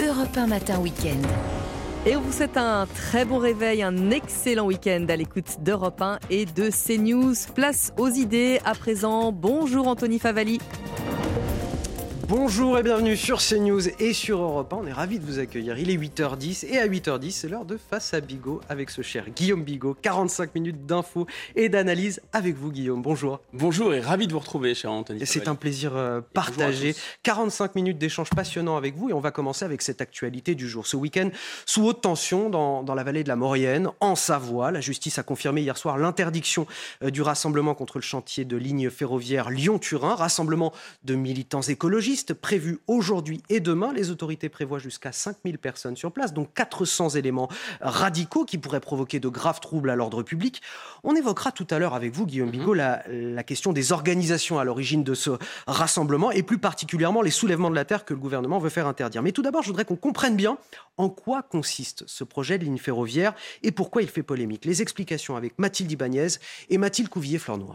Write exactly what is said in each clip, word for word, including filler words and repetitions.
Europe un Matin Week-end. Et on vous souhaite un très bon réveil, un excellent week-end à l'écoute d'Europe un et de CNews. Place aux idées à présent. Bonjour Anthony Favali. Bonjour et bienvenue sur CNews et sur Europe un. On est ravis de vous accueillir. Il est huit heures dix et à huit heures dix, c'est l'heure de Face à Bigot avec ce cher Guillaume Bigot. quarante-cinq minutes d'infos et d'analyse avec vous, Guillaume. Bonjour. Bonjour et ravi de vous retrouver, cher Anthony. C'est un plaisir euh, partagé. quarante-cinq minutes d'échanges passionnants avec vous et on va commencer avec cette actualité du jour. Ce week-end, sous haute tension dans, dans la vallée de la Maurienne, en Savoie, la justice a confirmé hier soir l'interdiction euh, du rassemblement contre le chantier de ligne ferroviaire Lyon-Turin. Rassemblement de militants écologistes prévu aujourd'hui et demain. Les autorités prévoient jusqu'à cinq mille personnes sur place, donc quatre cents éléments radicaux qui pourraient provoquer de graves troubles à l'ordre public. On évoquera tout à l'heure avec vous, Guillaume Bigot, la, la question des organisations à l'origine de ce rassemblement et plus particulièrement les soulèvements de la terre que le gouvernement veut faire interdire. Mais tout d'abord, je voudrais qu'on comprenne bien en quoi consiste ce projet de ligne ferroviaire et pourquoi il fait polémique. Les explications avec Mathilde Ibanez et Mathilde Couvillier-Flornoy.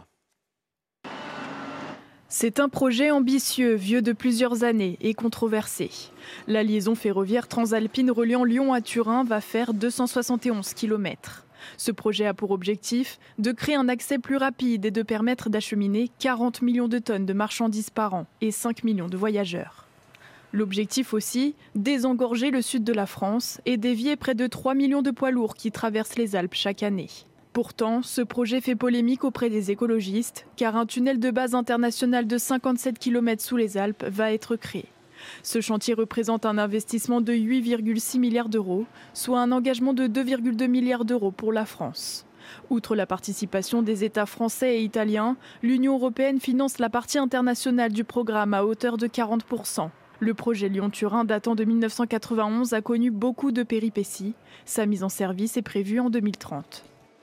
C'est un projet ambitieux, vieux de plusieurs années et controversé. La liaison ferroviaire transalpine reliant Lyon à Turin va faire deux cent soixante et onze kilomètres. Ce projet a pour objectif de créer un accès plus rapide et de permettre d'acheminer quarante millions de tonnes de marchandises par an et cinq millions de voyageurs. L'objectif aussi, désengorger le sud de la France et dévier près de trois millions de poids lourds qui traversent les Alpes chaque année. Pourtant, ce projet fait polémique auprès des écologistes, car un tunnel de base international de cinquante-sept kilomètres sous les Alpes va être créé. Ce chantier représente un investissement de huit virgule six milliards d'euros, soit un engagement de deux virgule deux milliards d'euros pour la France. Outre la participation des États français et italiens, l'Union européenne finance la partie internationale du programme à hauteur de quarante pour cent. Le projet Lyon-Turin datant de mille neuf cent quatre-vingt-onze a connu beaucoup de péripéties. Sa mise en service est prévue en deux mille trente.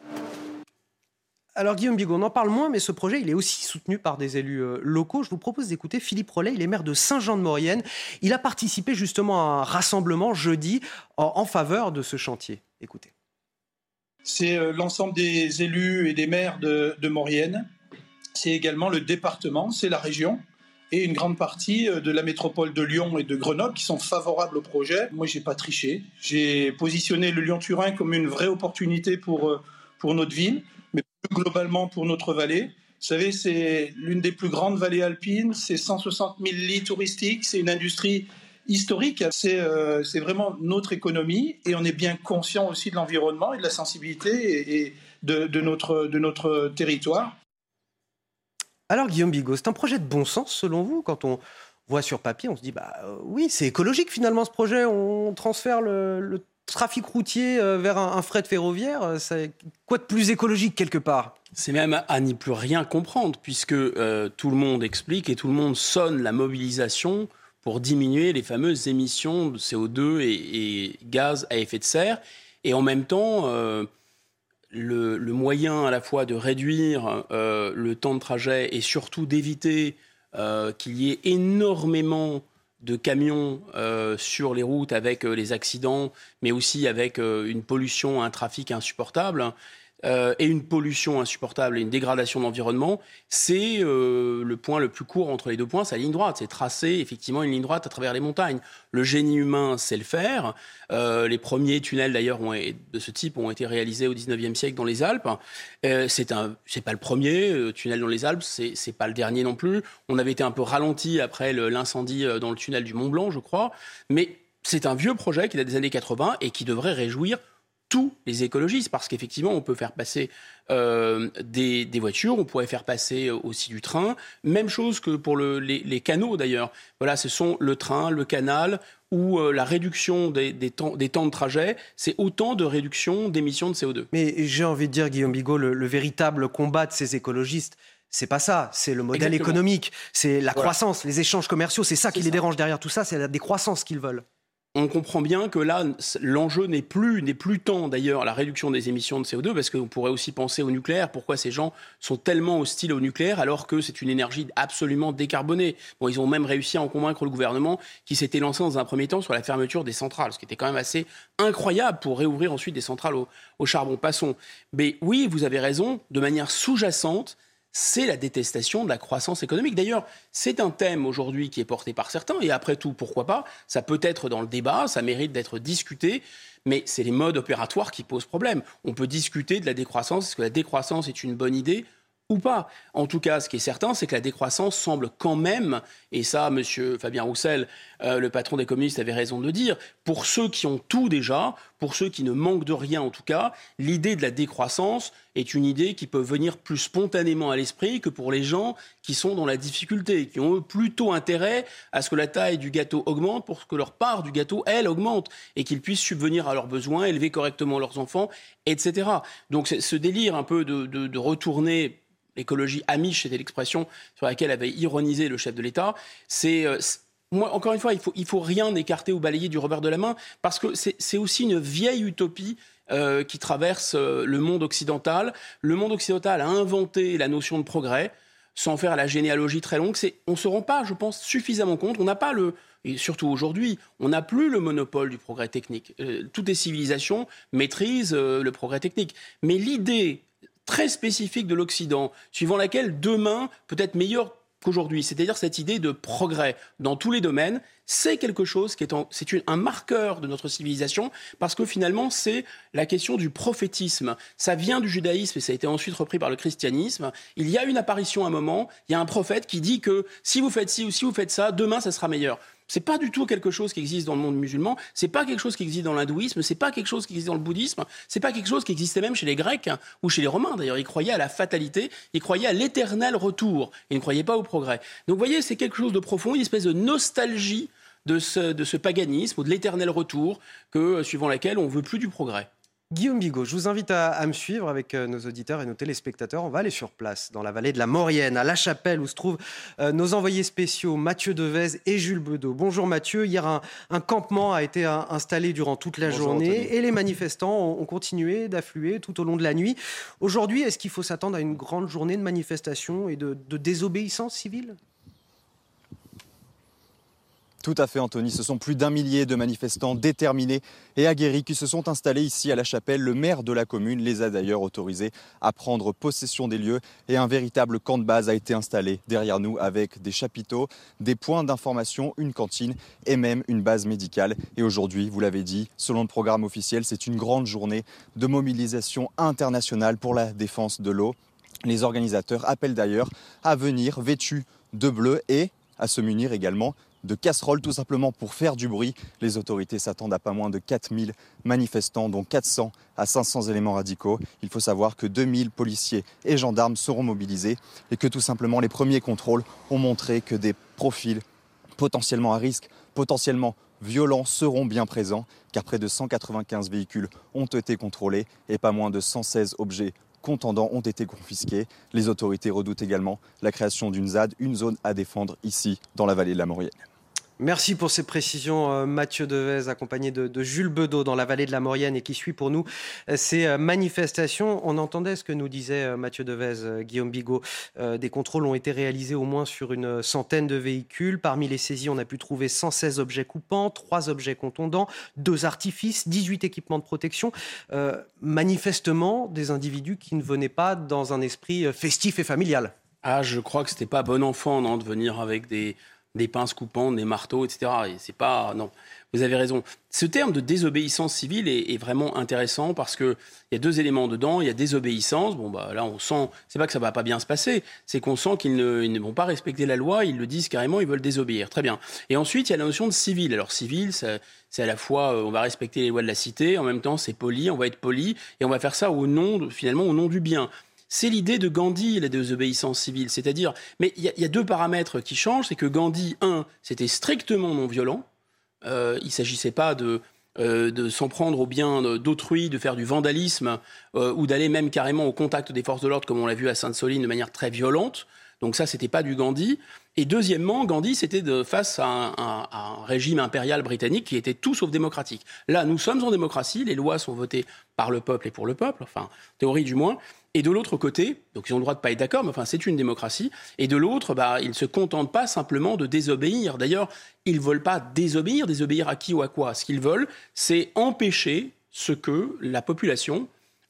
Alors Guillaume Bigot, on en parle moins, mais ce projet, il est aussi soutenu par des élus euh, locaux. Je vous propose d'écouter Philippe Rollet, il est maire de Saint-Jean-de-Maurienne. Il a participé justement à un rassemblement jeudi en, en faveur de ce chantier. Écoutez. C'est euh, l'ensemble des élus et des maires de, de Maurienne. C'est également le département, c'est la région et une grande partie de la métropole de Lyon et de Grenoble qui sont favorables au projet. Moi, j'ai pas triché. J'ai positionné le Lyon-Turin comme une vraie opportunité pour, euh, pour notre ville, mais plus globalement pour notre vallée. Vous savez, c'est l'une des plus grandes vallées alpines, c'est cent soixante mille lits touristiques, c'est une industrie historique, c'est, euh, c'est vraiment notre économie et on est bien conscient aussi de l'environnement et de la sensibilité et, et de, de, notre, de notre territoire. Alors Guillaume Bigot, c'est un projet de bon sens selon vous? Quand on voit sur papier, on se dit bah euh, oui, c'est écologique finalement ce projet, on transfère le, le trafic routier vers un, un fret ferroviaire, c'est quoi de plus écologique quelque part? C'est même à n'y plus rien comprendre, puisque euh, tout le monde explique et tout le monde sonne la mobilisation pour diminuer les fameuses émissions de C O deux et, et gaz à effet de serre. Et en même temps, euh, le, le moyen à la fois de réduire euh, le temps de trajet et surtout d'éviter euh, qu'il y ait énormément de camions euh, sur les routes avec euh, les accidents, mais aussi avec euh, une pollution, un trafic insupportable, euh, et une pollution insupportable et une dégradation de l'environnement, c'est euh, le point le plus court entre les deux points, c'est la ligne droite. C'est tracer effectivement une ligne droite à travers les montagnes. Le génie humain sait le faire. Euh, les premiers tunnels d'ailleurs ont, de ce type ont été réalisés au dix-neuvième siècle dans les Alpes. Euh, c'est, un, c'est pas le premier euh, tunnel dans les Alpes, c'est, c'est pas le dernier non plus. On avait été un peu ralenti après le, l'incendie dans le tunnel du Mont Blanc, je crois. Mais c'est un vieux projet qui date des années quatre-vingts et qui devrait réjouir tous les écologistes, parce qu'effectivement, on peut faire passer euh, des, des voitures, on pourrait faire passer aussi du train. Même chose que pour le, les, les canaux, d'ailleurs. Voilà, ce sont le train, le canal, ou euh, la réduction des, des, temps, des temps de trajet, c'est autant de réduction d'émissions de C O deux. Mais j'ai envie de dire, Guillaume Bigot, le, le véritable combat de ces écologistes, c'est pas ça, c'est le modèle Exactement. économique, c'est la voilà. croissance, les échanges commerciaux, c'est ça c'est qui ça. les dérange derrière tout ça, c'est la décroissance qu'ils veulent. On comprend bien que là, l'enjeu n'est plus, n'est plus tant d'ailleurs la réduction des émissions de C O deux, parce qu'on pourrait aussi penser au nucléaire. Pourquoi ces gens sont tellement hostiles au nucléaire alors que c'est une énergie absolument décarbonée? Bon, ils ont même réussi à en convaincre le gouvernement qui s'était lancé dans un premier temps sur la fermeture des centrales, ce qui était quand même assez incroyable pour réouvrir ensuite des centrales au, au charbon. Passons. Mais oui, vous avez raison, de manière sous-jacente, c'est la détestation de la croissance économique. D'ailleurs, c'est un thème aujourd'hui qui est porté par certains, et après tout, pourquoi pas ? Ça peut être dans le débat, ça mérite d'être discuté, mais c'est les modes opératoires qui posent problème. On peut discuter de la décroissance, est-ce que la décroissance est une bonne idée ou pas. En tout cas, ce qui est certain, c'est que la décroissance semble quand même, et ça, M. Fabien Roussel, euh, le patron des communistes, avait raison de le dire, pour ceux qui ont tout déjà, pour ceux qui ne manquent de rien en tout cas, l'idée de la décroissance est une idée qui peut venir plus spontanément à l'esprit que pour les gens qui sont dans la difficulté, qui ont eux plutôt intérêt à ce que la taille du gâteau augmente pour que leur part du gâteau, elle, augmente, et qu'ils puissent subvenir à leurs besoins, élever correctement leurs enfants, et cetera. Donc ce délire un peu de, de, de retourner... L'écologie amiche, c'était l'expression sur laquelle avait ironisé le chef de l'État. C'est, euh, c'est, moi, encore une fois, il faut, il faut rien écarter ou balayer du revers de la main, parce que c'est, c'est aussi une vieille utopie euh, qui traverse euh, le monde occidental. Le monde occidental a inventé la notion de progrès, sans faire la généalogie très longue. C'est, on ne se rend pas, je pense, suffisamment compte. On n'a pas le... Et surtout aujourd'hui, on n'a plus le monopole du progrès technique. Euh, toutes les civilisations maîtrisent euh, le progrès technique. Mais l'idée très spécifique de l'Occident, suivant laquelle demain peut être meilleur qu'aujourd'hui, c'est-à-dire cette idée de progrès dans tous les domaines, c'est quelque chose qui est, en, c'est une, un marqueur de notre civilisation, parce que finalement, c'est la question du prophétisme. Ça vient du judaïsme et ça a été ensuite repris par le christianisme. Il y a une apparition à un moment, il y a un prophète qui dit que si vous faites ci ou si vous faites ça, demain, ça sera meilleur. C'est pas du tout quelque chose qui existe dans le monde musulman, c'est pas quelque chose qui existe dans l'hindouisme, c'est pas quelque chose qui existe dans le bouddhisme, c'est pas quelque chose qui existait même chez les Grecs hein, ou chez les Romains. D'ailleurs, ils croyaient à la fatalité, ils croyaient à l'éternel retour, ils ne croyaient pas au progrès. Donc, vous voyez, c'est quelque chose de profond, une espèce de nostalgie de ce, de ce paganisme ou de l'éternel retour, que, suivant laquelle on veut plus du progrès. Guillaume Bigot, je vous invite à, à me suivre avec euh, nos auditeurs et nos téléspectateurs. On va aller sur place, dans la vallée de la Maurienne, à La Chapelle, où se trouvent euh, nos envoyés spéciaux Mathieu Devez et Jules Bedeau. Bonjour Mathieu. Hier, un, un campement a été un, installé durant toute la Bonjour journée Anthony. Et les manifestants ont, ont continué d'affluer tout au long de la nuit. Aujourd'hui, est-ce qu'il faut s'attendre à une grande journée de manifestation et de, de désobéissance civile ? Tout à fait, Anthony. Ce sont plus d'un millier de manifestants déterminés et aguerris qui se sont installés ici à La Chapelle. Le maire de la commune les a d'ailleurs autorisés à prendre possession des lieux et un véritable camp de base a été installé derrière nous avec des chapiteaux, des points d'information, une cantine et même une base médicale. Et aujourd'hui, vous l'avez dit, selon le programme officiel, c'est une grande journée de mobilisation internationale pour la défense de l'eau. Les organisateurs appellent d'ailleurs à venir vêtus de bleu et à se munir également de casseroles, tout simplement pour faire du bruit. Les autorités s'attendent à pas moins de quatre mille manifestants, dont quatre cents à cinq cents éléments radicaux. Il faut savoir que deux mille policiers et gendarmes seront mobilisés et que tout simplement les premiers contrôles ont montré que des profils potentiellement à risque, potentiellement violents seront bien présents, car près de cent quatre-vingt-quinze véhicules ont été contrôlés et pas moins de cent seize objets contendants ont été confisqués. Les autorités redoutent également la création d'une Z A D, une zone à défendre ici dans la vallée de la Maurienne. Merci pour ces précisions, Mathieu Devez, accompagné de, de Jules Bedeau dans la vallée de la Maurienne et qui suit pour nous ces manifestations. On entendait ce que nous disait Mathieu Devez, Guillaume Bigot. Euh, des contrôles ont été réalisés au moins sur une centaine de véhicules. Parmi les saisies, on a pu trouver cent seize objets coupants, trois objets contondants, deux artifices, dix-huit équipements de protection. Euh, manifestement, des individus qui ne venaient pas dans un esprit festif et familial. Ah, je crois que c'était pas bon enfant, non, de venir avec des... des pinces coupantes, des marteaux, et cetera. Et c'est pas... Non, vous avez raison. Ce terme de désobéissance civile est, est vraiment intéressant parce qu'il y a deux éléments dedans. Il y a désobéissance. Bon, bah, là, on sent... C'est pas que ça va pas bien se passer. C'est qu'on sent qu'ils ne, ils ne vont pas respecter la loi. Ils le disent carrément, ils veulent désobéir. Très bien. Et ensuite, il y a la notion de civil. Alors, civil, ça, c'est à la fois, euh, on va respecter les lois de la cité. En même temps, c'est poli. On va être poli. Et on va faire ça au nom, de, finalement, au nom du bien. C'est l'idée de Gandhi, la désobéissance civile. C'est-à-dire, mais il y, y a deux paramètres qui changent. C'est que Gandhi, un, c'était strictement non violent. Euh, il ne s'agissait pas de, euh, de s'en prendre au bien d'autrui, de faire du vandalisme euh, ou d'aller même carrément au contact des forces de l'ordre, comme on l'a vu à Sainte-Soline, de manière très violente. Donc ça, c'était pas du Gandhi. Et deuxièmement, Gandhi, c'était de, face à un, à, à un régime impérial britannique qui était tout sauf démocratique. Là, nous sommes en démocratie, les lois sont votées par le peuple et pour le peuple, enfin, théorie du moins. Et de l'autre côté, donc ils ont le droit de ne pas être d'accord, mais enfin, c'est une démocratie. Et de l'autre, bah, ils ne se contentent pas simplement de désobéir. D'ailleurs, ils ne veulent pas désobéir. Désobéir à qui ou à quoi ? Ce qu'ils veulent, c'est empêcher ce que la population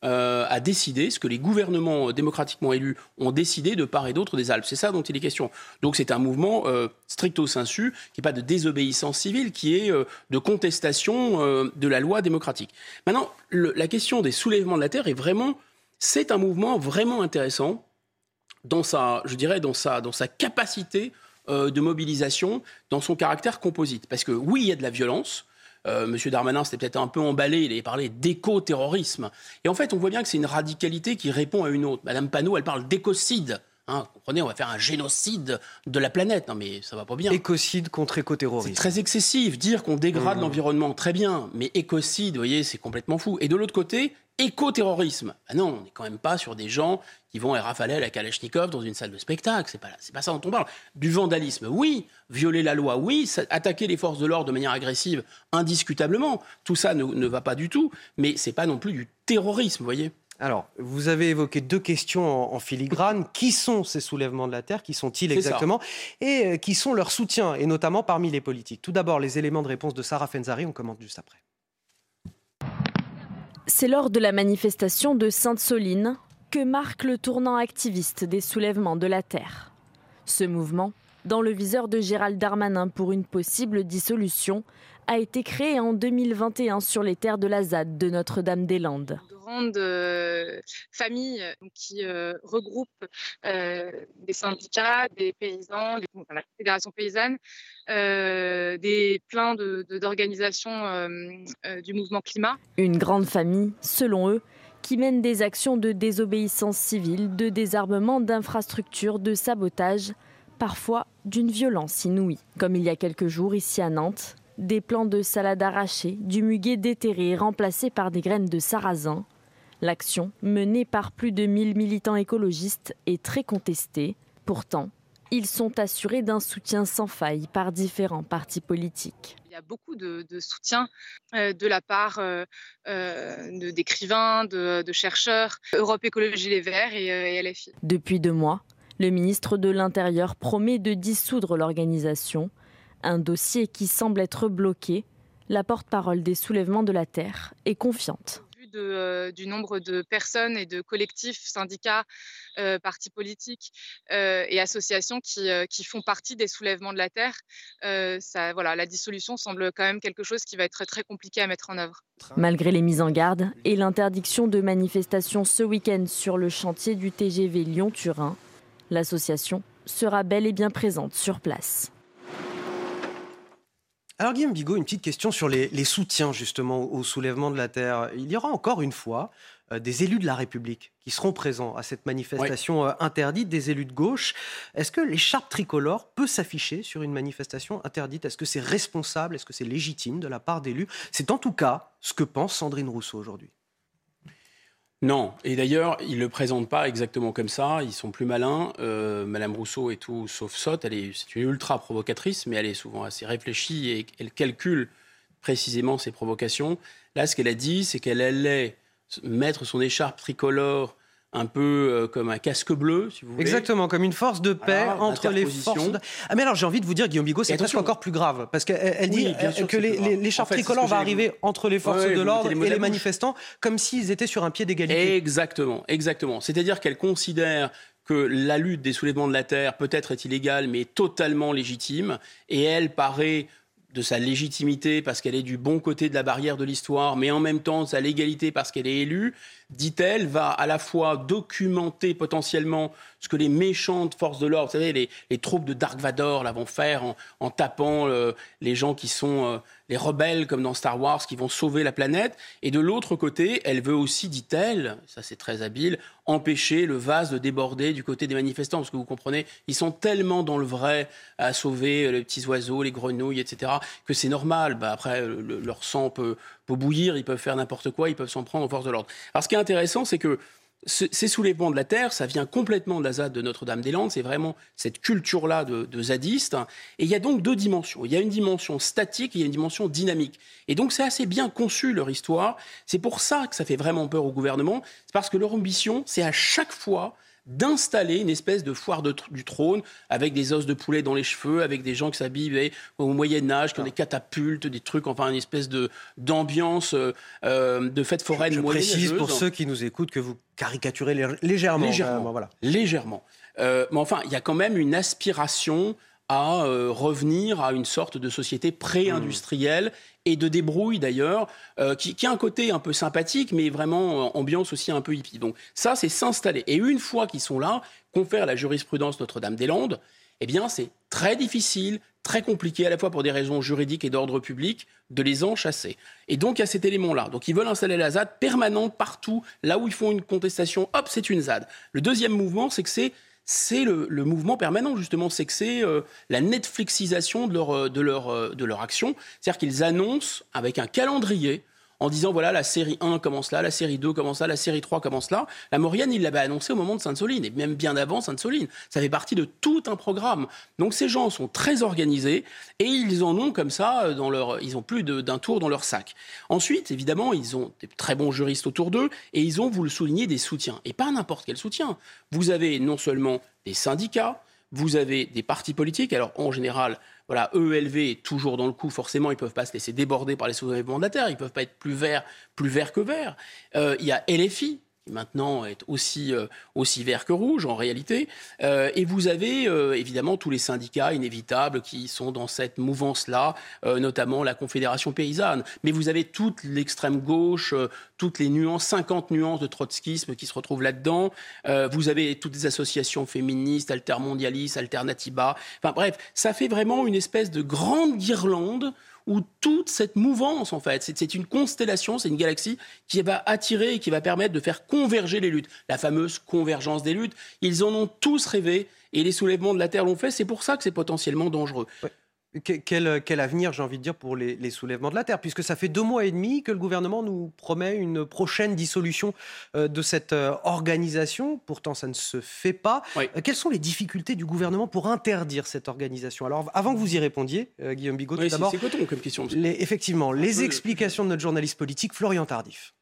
euh, a décidé, ce que les gouvernements démocratiquement élus ont décidé de part et d'autre des Alpes. C'est ça dont il est question. Donc c'est un mouvement euh, stricto sensu, qui n'est pas de désobéissance civile, qui est euh, de contestation euh, de la loi démocratique. Maintenant, le, la question des soulèvements de la terre est vraiment, c'est un mouvement vraiment intéressant dans sa, je dirais, dans sa, dans sa capacité euh, de mobilisation, dans son caractère composite. Parce que oui, il y a de la violence. Euh, Monsieur Darmanin s'était peut-être un peu emballé, il avait parlé d'éco-terrorisme. Et en fait, on voit bien que c'est une radicalité qui répond à une autre. Madame Panot, elle parle d'écocide. Hein, vous comprenez, on va faire un génocide de la planète. Non mais ça va pas bien. Écocide contre écoterrorisme. C'est très excessif. Dire qu'on dégrade mmh. l'environnement, très bien. Mais écocide, vous voyez, c'est complètement fou. Et de l'autre côté, éco-terrorisme. Ah non, on n'est quand même pas sur des gens qui vont rafaler à la Kalachnikov dans une salle de spectacle. C'est pas, c'est pas ça dont on parle. Du vandalisme, oui. Violer la loi, oui. Attaquer les forces de l'ordre de manière agressive, indiscutablement. Tout ça ne, ne va pas du tout. Mais c'est pas non plus du terrorisme, vous voyez. Alors, vous avez évoqué deux questions en, en filigrane. Qui sont ces soulèvements de la terre ? Qui sont-ils exactement ? Et euh, qui sont leurs soutiens, et notamment parmi les politiques ? Tout d'abord, les éléments de réponse de Sarah Fenzari, on commente juste après. C'est lors de la manifestation de Sainte-Soline que marque le tournant activiste des soulèvements de la terre. Ce mouvement, dans le viseur de Gérald Darmanin pour une possible dissolution, a été créé en deux mille vingt et un sur les terres de la Z A D de Notre-Dame-des-Landes. Grande euh, famille qui euh, regroupe euh, des syndicats, des paysans, des, enfin, la fédération paysanne, euh, des plein de, de, d'organisations euh, euh, du mouvement climat. Une grande famille, selon eux, qui mène des actions de désobéissance civile, de désarmement d'infrastructures, de sabotage, parfois d'une violence inouïe. Comme il y a quelques jours ici à Nantes, des plants de salade arrachés, du muguet déterré remplacé par des graines de sarrasin. L'action, menée par plus de mille militants écologistes, est très contestée. Pourtant, ils sont assurés d'un soutien sans faille par différents partis politiques. Il y a beaucoup de, de soutien euh, de la part euh, euh, de, d'écrivains, de, de chercheurs, Europe Écologie Les Verts et, euh, et L F I. Depuis deux mois, le ministre de l'Intérieur promet de dissoudre l'organisation. Un dossier qui semble être bloqué. La porte-parole des soulèvements de la terre est confiante. De, euh, du nombre de personnes et de collectifs, syndicats, euh, partis politiques euh, et associations qui, euh, qui font partie des soulèvements de la terre, euh, ça, voilà, la dissolution semble quand même quelque chose qui va être très compliqué à mettre en œuvre. Malgré les mises en garde et l'interdiction de manifestations ce week-end sur le chantier du T G V Lyon-Turin, l'association sera bel et bien présente sur place. Alors Guillaume Bigot, une petite question sur les, les soutiens justement au soulèvement de la terre. Il y aura encore une fois euh, des élus de la République qui seront présents à cette manifestation oui. euh, interdite, des élus de gauche. Est-ce que l'écharpe tricolore peut s'afficher sur une manifestation interdite ? Est-ce que c'est responsable ? Est-ce que c'est légitime de la part d'élus ? C'est en tout cas ce que pense Sandrine Rousseau aujourd'hui. Non, et d'ailleurs, ils ne le présentent pas exactement comme ça, ils sont plus malins. Euh, Madame Rousseau est tout sauf sotte, elle est, c'est une ultra provocatrice, mais elle est souvent assez réfléchie et elle calcule précisément ses provocations. Là, ce qu'elle a dit, c'est qu'elle allait mettre son écharpe tricolore un peu euh, comme un casque bleu, si vous voulez. Exactement, comme une force de paix alors, entre les forces de... Ah mais alors j'ai envie de vous dire, Guillaume Bigot, c'est presque encore plus grave, parce qu'elle elle dit oui, sûr, que les, les, l'écharpe en fait, tricolore va arriver vu. entre les forces ouais, de l'ordre les et les manifestants, comme s'ils étaient sur un pied d'égalité. Exactement, exactement. C'est-à-dire qu'elle considère que la lutte des soulèvements de la terre peut-être est illégale, mais totalement légitime, et elle paraît de sa légitimité parce qu'elle est du bon côté de la barrière de l'histoire, mais en même temps de sa légalité parce qu'elle est élue, dit-elle, va à la fois documenter potentiellement ce que les méchantes forces de l'ordre, vous savez, les, les troupes de Dark Vador là, vont faire en, en tapant euh, les gens qui sont euh, les rebelles, comme dans Star Wars, qui vont sauver la planète. Et de l'autre côté, elle veut aussi, dit-elle, ça c'est très habile, empêcher le vase de déborder du côté des manifestants. Parce que vous comprenez, ils sont tellement dans le vrai à sauver les petits oiseaux, les grenouilles, et cetera, que c'est normal. Bah, après, le, leur sang peut, peut bouillir, ils peuvent faire n'importe quoi, ils peuvent s'en prendre aux forces de l'ordre. Alors ce qui est intéressant, c'est que ce, ces soulèvements de la terre, ça vient complètement de la Z A D de Notre-Dame-des-Landes. C'est vraiment cette culture-là de, de zadistes. Et il y a donc deux dimensions. Il y a une dimension statique et il y a une dimension dynamique. Et donc c'est assez bien conçu, leur histoire. C'est pour ça que ça fait vraiment peur au gouvernement. C'est parce que leur ambition, c'est à chaque fois d'installer une espèce de foire de, du trône avec des os de poulet dans les cheveux, avec des gens qui s'habillent au Moyen-Âge, qui ont des catapultes, des trucs, enfin une espèce de, d'ambiance euh, de fête foraine moyenâgeuse. Je précise pour ceux qui nous écoutent que vous caricaturez légèrement. Légèrement, euh, voilà. légèrement. Euh, mais enfin, il y a quand même une aspiration à euh, revenir à une sorte de société pré-industrielle mmh. et de débrouille d'ailleurs, euh, qui, qui a un côté un peu sympathique, mais vraiment euh, ambiance aussi un peu hippie. Donc ça, c'est s'installer. Et une fois qu'ils sont là, confère la jurisprudence Notre-Dame-des-Landes, eh bien c'est très difficile, très compliqué, à la fois pour des raisons juridiques et d'ordre public, de les en chasser. Et donc, il y a cet élément-là. Donc, ils veulent installer la Z A D permanente partout, là où ils font une contestation, hop, c'est une Z A D. Le deuxième mouvement, c'est que c'est c'est le, le mouvement permanent, justement, c'est que c'est euh, la Netflixisation de leur, de, leur, de leur action. C'est-à-dire qu'ils annoncent avec un calendrier en disant, voilà, la série un commence là, la série deux commence là, la série trois commence là. La Maurienne, il l'avait annoncé au moment de Sainte-Soline, et même bien avant Sainte-Soline. Ça fait partie de tout un programme. Donc ces gens sont très organisés, et ils en ont comme ça, dans leur, ils ont plus de, d'un tour dans leur sac. Ensuite, évidemment, ils ont des très bons juristes autour d'eux, et ils ont, vous le soulignez, des soutiens. Et pas n'importe quel soutien. Vous avez non seulement des syndicats, vous avez des partis politiques, alors en général, voilà, E L V est toujours dans le coup, forcément, ils ne peuvent pas se laisser déborder par les soulèvements de la terre, ils ne peuvent pas être plus verts, plus verts que verts. Euh, il y a L F I, qui maintenant est aussi, euh, aussi vert que rouge, en réalité. Euh, et vous avez euh, évidemment tous les syndicats inévitables qui sont dans cette mouvance-là, euh, notamment la Confédération paysanne. Mais vous avez toute l'extrême gauche, euh, toutes les nuances, cinquante nuances de trotskisme qui se retrouvent là-dedans. Euh, vous avez toutes les associations féministes, altermondialistes, Alternatiba. Enfin bref, ça fait vraiment une espèce de grande guirlande où toute cette mouvance, en fait, c'est, c'est une constellation, c'est une galaxie qui va attirer et qui va permettre de faire converger les luttes. La fameuse convergence des luttes, ils en ont tous rêvé et les soulèvements de la Terre l'ont fait, c'est pour ça que c'est potentiellement dangereux. Ouais. Quel, quel avenir, j'ai envie de dire, pour les, les soulèvements de la Terre, puisque ça fait deux mois et demi que le gouvernement nous promet une prochaine dissolution euh, de cette euh, organisation. Pourtant, ça ne se fait pas. Oui. Euh, quelles sont les difficultés du gouvernement pour interdire cette organisation ? Alors, avant que vous y répondiez, euh, Guillaume Bigot, oui, tout d'abord... C'est coton comme question. Les, effectivement, les peu... explications de notre journaliste politique, Florian Tardif.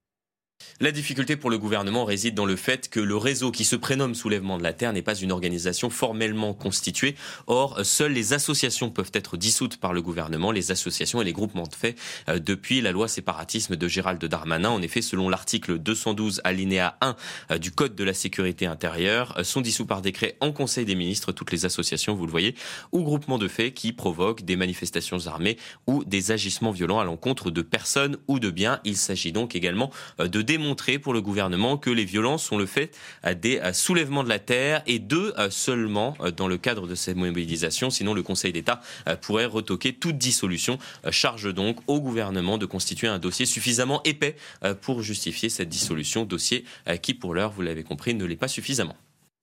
La difficulté pour le gouvernement réside dans le fait que le réseau qui se prénomme Soulèvement de la Terre n'est pas une organisation formellement constituée. Or, seules les associations peuvent être dissoutes par le gouvernement, les associations et les groupements de fait, euh, depuis la loi séparatisme de Gérald Darmanin. En effet, selon l'article deux cent douze alinéa un euh, du Code de la sécurité intérieure, euh, sont dissous par décret en Conseil des ministres toutes les associations, vous le voyez, ou groupements de fait qui provoquent des manifestations armées ou des agissements violents à l'encontre de personnes ou de biens. Il s'agit donc également euh, de démontrer pour le gouvernement que les violences sont le fait des soulèvements de la terre et d'eux seulement dans le cadre de ces mobilisations. Sinon, le Conseil d'État pourrait retoquer toute dissolution. Charge donc au gouvernement de constituer un dossier suffisamment épais pour justifier cette dissolution. Dossier qui, pour l'heure, vous l'avez compris, ne l'est pas suffisamment.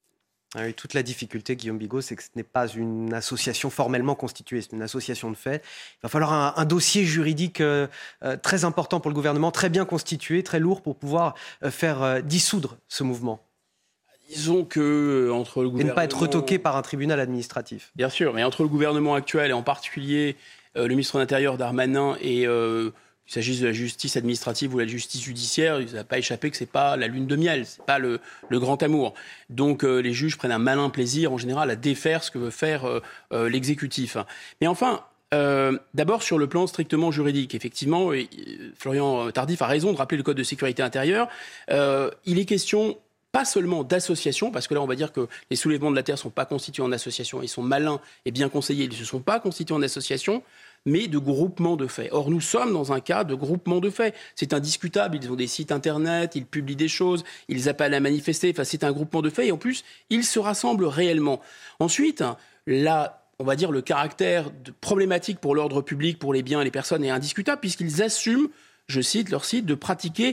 Ah oui, toute la difficulté, Guillaume Bigot, c'est que ce n'est pas une association formellement constituée, c'est une association de fait. Il va falloir un, un dossier juridique euh, euh, très important pour le gouvernement, très bien constitué, très lourd pour pouvoir euh, faire euh, dissoudre ce mouvement. Disons que entre le gouvernement... Et ne pas être retoqué par un tribunal administratif. Bien sûr, mais entre le gouvernement actuel et en particulier euh, le ministre de l'Intérieur Darmanin et... Euh, qu'il s'agisse de la justice administrative ou de la justice judiciaire, il n'a pas échappé que ce n'est pas la lune de miel, ce n'est pas le, le grand amour. Donc euh, les juges prennent un malin plaisir, en général, à défaire ce que veut faire euh, euh, l'exécutif. Mais enfin, euh, d'abord sur le plan strictement juridique, effectivement, et, euh, Florian Tardif a raison de rappeler le Code de sécurité intérieure. Euh, il est question... pas seulement d'associations, parce que là on va dire que les soulèvements de la terre ne sont pas constitués en association, ils sont malins et bien conseillés, ils ne se sont pas constitués en association, mais de groupements de faits. Or nous sommes dans un cas de groupement de faits. C'est indiscutable, ils ont des sites internet, ils publient des choses, ils appellent à manifester, enfin c'est un groupement de faits et en plus ils se rassemblent réellement. Ensuite, là, on va dire le caractère de problématique pour l'ordre public, pour les biens et les personnes est indiscutable puisqu'ils assument, je cite leur site, de pratiquer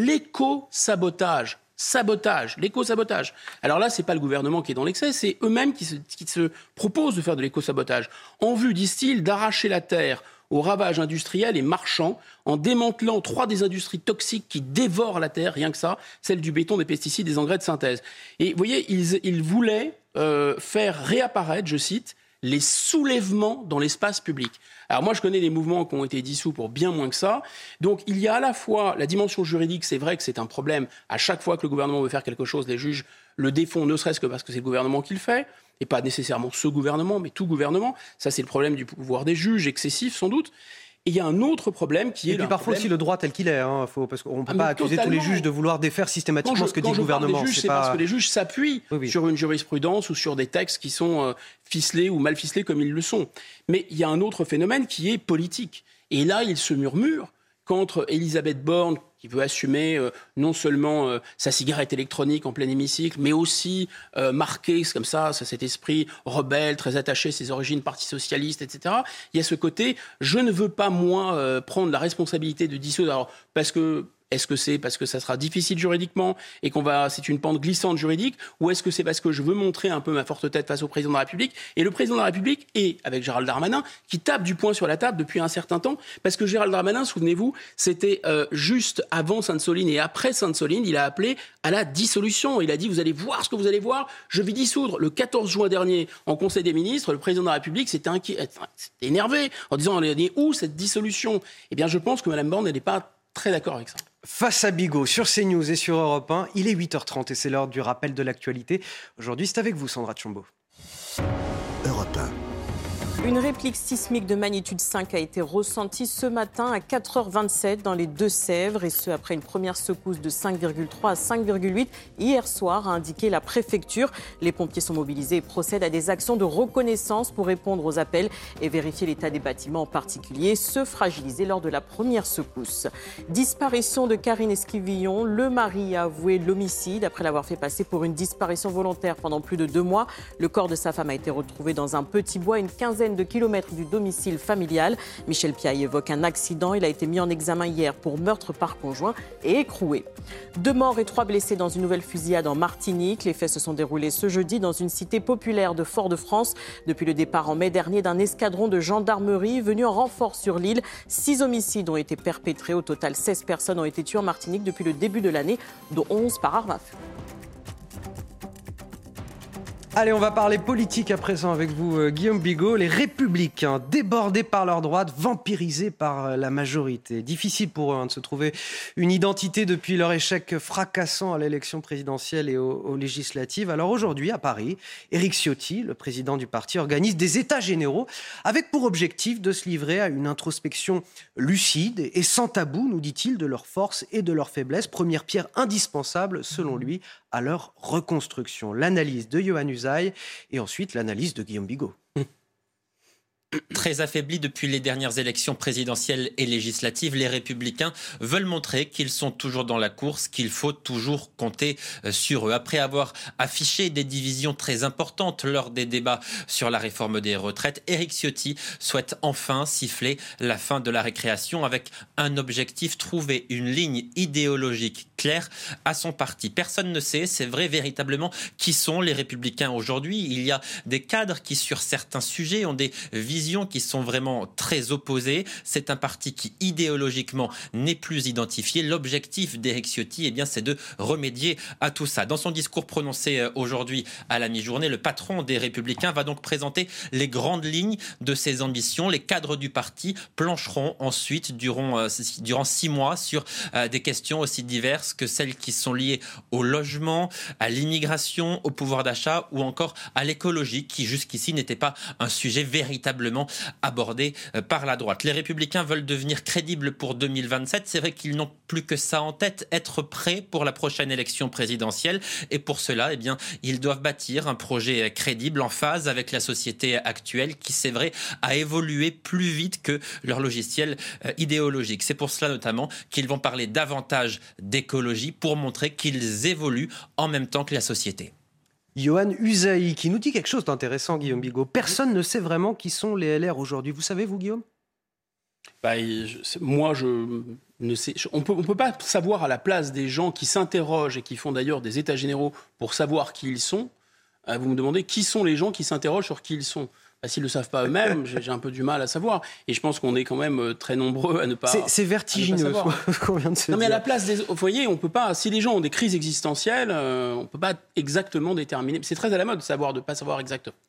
l'éco-sabotage. Sabotage, l'éco-sabotage. Alors là, c'est pas le gouvernement qui est dans l'excès, c'est eux-mêmes qui se, qui se proposent de faire de l'éco-sabotage. En vue, disent-ils, d'arracher la terre aux ravages industriels et marchands, en démantelant trois des industries toxiques qui dévorent la terre, rien que ça, celle du béton, des pesticides, des engrais de synthèse. Et vous voyez, ils, ils voulaient euh, faire réapparaître, je cite, les soulèvements dans l'espace public. Alors moi, je connais des mouvements qui ont été dissous pour bien moins que ça. Donc il y a à la fois la dimension juridique, c'est vrai que c'est un problème. À chaque fois que le gouvernement veut faire quelque chose, les juges le défont, ne serait-ce que parce que c'est le gouvernement qui le fait, et pas nécessairement ce gouvernement, mais tout gouvernement. Ça, c'est le problème du pouvoir des juges, excessif sans doute. Et il y a un autre problème qui est... Et puis parfois problème... aussi le droit tel qu'il est, hein, faut, parce qu'on ne peut ah, pas accuser totalement. tous les juges de vouloir défaire systématiquement je, ce que dit le gouvernement. Quand je parle des juges, c'est, c'est pas... parce que les juges s'appuient oui, oui. sur une jurisprudence ou sur des textes qui sont euh, ficelés ou mal ficelés comme ils le sont. Mais il y a un autre phénomène qui est politique. Et là, il se murmure qu'entre Elisabeth Borne, qui veut assumer euh, non seulement euh, sa cigarette électronique en plein hémicycle, mais aussi euh, marquer comme ça, ça, cet esprit rebelle, très attaché à ses origines parti socialiste, et cetera. Il y a ce côté, je ne veux pas, moi, euh, prendre la responsabilité de dissoudre, alors, parce que... Est-ce que c'est parce que ça sera difficile juridiquement et qu'on va, c'est une pente glissante juridique, ou est-ce que c'est parce que je veux montrer un peu ma forte tête face au président de la République? Et le président de la République est, avec Gérald Darmanin, qui tape du poing sur la table depuis un certain temps, parce que Gérald Darmanin, souvenez-vous, c'était euh, juste avant Sainte-Soline et après Sainte-Soline, il a appelé à la dissolution. Il a dit, vous allez voir ce que vous allez voir, je vais dissoudre. Le quatorze juin dernier, en Conseil des ministres, le président de la République s'était, inqui... s'était énervé en disant, on est où cette dissolution? Eh bien, je pense que Mme Borne, elle n'est pas très d'accord avec ça. Face à Bigot, sur CNews et sur Europe un, il est huit heures trente et c'est l'heure du rappel de l'actualité. Aujourd'hui, c'est avec vous, Sandra Tchombo. Europe un. Une réplique sismique de magnitude cinq a été ressentie ce matin à quatre heures vingt-sept dans les Deux-Sèvres, et ce après une première secousse de cinq virgule trois à cinq virgule huit hier soir, a indiqué la préfecture. Les pompiers sont mobilisés et procèdent à des actions de reconnaissance pour répondre aux appels et vérifier l'état des bâtiments, en particulier ceux fragilisés lors de la première secousse. Disparition de Karine Esquivillon. Le mari a avoué l'homicide après l'avoir fait passer pour une disparition volontaire pendant plus de deux mois. Le corps de sa femme a été retrouvé dans un petit bois, une quinzaine de kilomètres du domicile familial. Michel Piaille évoque un accident. Il a été mis en examen hier pour meurtre par conjoint et écroué. Deux morts et trois blessés dans une nouvelle fusillade en Martinique. Les faits se sont déroulés ce jeudi dans une cité populaire de Fort-de-France. Depuis le départ en mai dernier d'un escadron de gendarmerie venu en renfort sur l'île, six homicides ont été perpétrés. Au total, seize personnes ont été tuées en Martinique depuis le début de l'année, dont onze par arme à feu. Allez, on va parler politique à présent avec vous, euh, Guillaume Bigot. Les Républicains, débordés par leur droite, vampirisés par euh, la majorité. Difficile pour eux hein, de se trouver une identité depuis leur échec fracassant à l'élection présidentielle et aux, aux législatives. Alors aujourd'hui, à Paris, Éric Ciotti, le président du parti, organise des états généraux avec pour objectif de se livrer à une introspection lucide et sans tabou, nous dit-il, de leurs forces et de leurs faiblesses. Première pierre indispensable, selon lui, à leur reconstruction. L'analyse de Yohann Usaï et ensuite l'analyse de Guillaume Bigot. Très affaiblis depuis les dernières élections présidentielles et législatives, les Républicains veulent montrer qu'ils sont toujours dans la course, qu'il faut toujours compter sur eux. Après avoir affiché des divisions très importantes lors des débats sur la réforme des retraites, Éric Ciotti souhaite enfin siffler la fin de la récréation avec un objectif, trouver une ligne idéologique claire à son parti. Personne ne sait, c'est vrai, véritablement, qui sont les Républicains aujourd'hui. Il y a des cadres qui, sur certains sujets, ont des visions qui sont vraiment très opposées. C'est un parti qui, idéologiquement, n'est plus identifié. L'objectif d'Éric Ciotti, eh bien, c'est de remédier à tout ça. Dans son discours prononcé aujourd'hui à la mi-journée, le patron des Républicains va donc présenter les grandes lignes de ses ambitions. Les cadres du parti plancheront ensuite durant, euh, durant six mois sur euh, des questions aussi diverses que celles qui sont liées au logement, à l'immigration, au pouvoir d'achat ou encore à l'écologie, qui jusqu'ici n'était pas un sujet véritablement abordé par la droite. Les Républicains veulent devenir crédibles pour deux mille vingt-sept. C'est vrai qu'ils n'ont plus que ça en tête, être prêts pour la prochaine élection présidentielle. Et pour cela, eh bien, ils doivent bâtir un projet crédible en phase avec la société actuelle qui, c'est vrai, a évolué plus vite que leur logiciel idéologique. C'est pour cela notamment qu'ils vont parler davantage d'écologie pour montrer qu'ils évoluent en même temps que la société. Yohann Usaï, qui nous dit quelque chose d'intéressant, Guillaume Bigot. Personne ne sait vraiment qui sont les L R aujourd'hui. Vous savez, vous, Guillaume ? bah, je, Moi, je ne sais... On peut, on peut pas savoir à la place des gens qui s'interrogent et qui font d'ailleurs des états généraux pour savoir qui ils sont. Vous me demandez qui sont les gens qui s'interrogent sur qui ils sont. Bah, s'ils ne le savent pas eux-mêmes, j'ai, j'ai un peu du mal à savoir. Et je pense qu'on est quand même très nombreux à ne pas C'est, c'est vertigineux, ce qu'on vient de se non, dire. mais à la place des... Vous voyez, on peut pas... Si les gens ont des crises existentielles, euh, on ne peut pas exactement déterminer... C'est très à la mode de savoir, de ne pas savoir exactement.